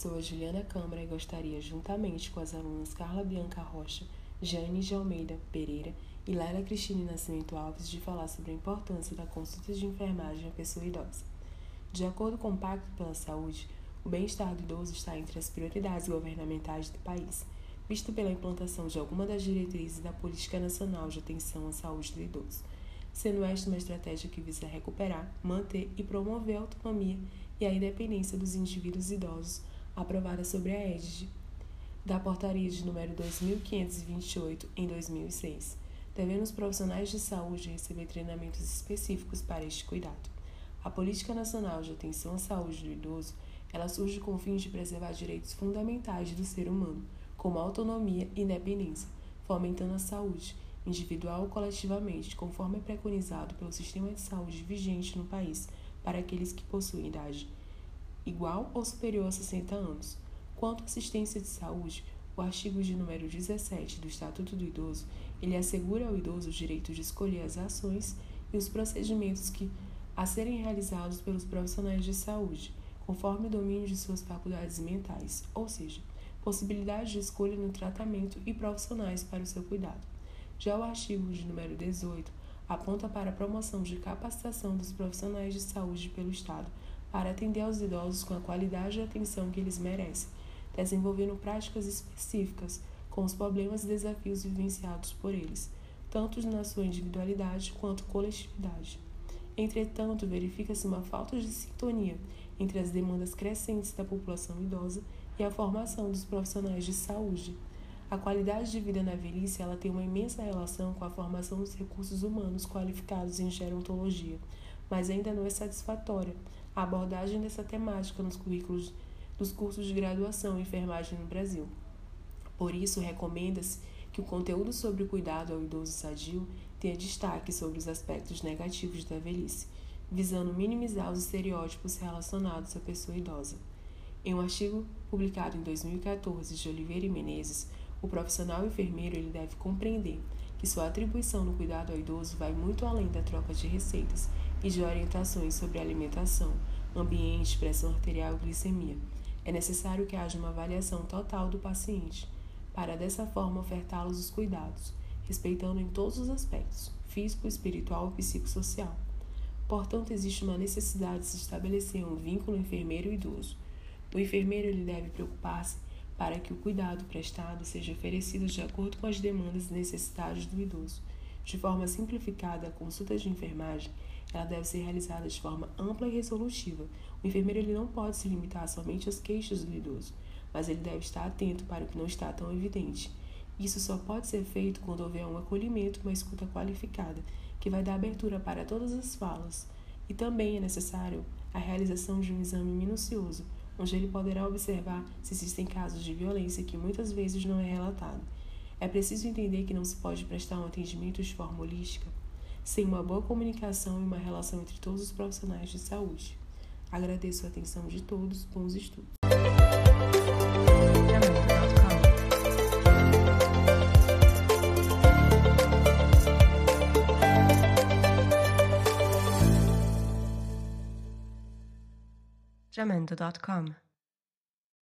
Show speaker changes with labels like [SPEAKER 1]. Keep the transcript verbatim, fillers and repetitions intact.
[SPEAKER 1] Sou a Juliana Câmara e gostaria, juntamente com as alunas Carla Bianca Rocha, Jane de Almeida Pereira e Laila Cristine Nascimento Alves, de falar sobre a importância da consulta de enfermagem à pessoa idosa. De acordo com o Pacto pela Saúde, o bem-estar do idoso está entre as prioridades governamentais do país, visto pela implantação de alguma das diretrizes da Política Nacional de Atenção à Saúde do Idoso, sendo esta uma estratégia que visa recuperar, manter e promover a autonomia e a independência dos indivíduos idosos, aprovada sobre a égide da Portaria de número dois mil quinhentos e vinte e oito, em dois mil e seis, devendo os profissionais de saúde receber treinamentos específicos para este cuidado. A Política Nacional de Atenção à Saúde do Idoso, ela surge com o fim de preservar direitos fundamentais do ser humano, como a autonomia e independência, fomentando a saúde, individual ou coletivamente, conforme é preconizado pelo sistema de saúde vigente no país, para aqueles que possuem idade igual ou superior a sessenta anos. Quanto à assistência de saúde, o artigo de número dezessete do Estatuto do Idoso, ele assegura ao idoso o direito de escolher as ações e os procedimentos que a serem realizados pelos profissionais de saúde, conforme o domínio de suas faculdades mentais, ou seja, possibilidade de escolha no tratamento e profissionais para o seu cuidado. Já o artigo de número dezoito aponta para a promoção de capacitação dos profissionais de saúde pelo Estado para atender aos idosos com a qualidade de atenção que eles merecem, desenvolvendo práticas específicas com os problemas e desafios vivenciados por eles, tanto na sua individualidade quanto coletividade. Entretanto, verifica-se uma falta de sintonia entre as demandas crescentes da população idosa e a formação dos profissionais de saúde. A qualidade de vida na velhice ela tem uma imensa relação com a formação dos recursos humanos qualificados em gerontologia, mas ainda não é satisfatória a abordagem dessa temática nos currículos dos cursos de graduação em enfermagem no Brasil. Por isso, recomenda-se que o conteúdo sobre o cuidado ao idoso sadio tenha destaque sobre os aspectos negativos da velhice, visando minimizar os estereótipos relacionados à pessoa idosa. Em um artigo publicado em dois mil e quatorze de Oliveira e Menezes, o profissional enfermeiro ele deve compreender que sua atribuição no cuidado ao idoso vai muito além da troca de receitas e de orientações sobre alimentação, ambiente, pressão arterial e glicemia. É necessário que haja uma avaliação total do paciente, para dessa forma ofertá-los os cuidados, respeitando em todos os aspectos, físico, espiritual e psicossocial. Portanto, existe uma necessidade de se estabelecer um vínculo enfermeiro-idoso. O enfermeiro ele deve preocupar-se para que o cuidado prestado seja oferecido de acordo com as demandas e necessidades do idoso. De forma simplificada, a consulta de enfermagem ela deve ser realizada de forma ampla e resolutiva. O enfermeiro ele não pode se limitar somente às queixas do idoso, mas ele deve estar atento para o que não está tão evidente. Isso só pode ser feito quando houver um acolhimento, uma escuta qualificada, que vai dar abertura para todas as falas. E também é necessário a realização de um exame minucioso, onde ele poderá observar se existem casos de violência que muitas vezes não é relatado. É preciso entender que não se pode prestar um atendimento de forma holística sem uma boa comunicação e uma relação entre todos os profissionais de saúde. Agradeço a atenção de todos. Bons estudos.
[SPEAKER 2] jamendo ponto com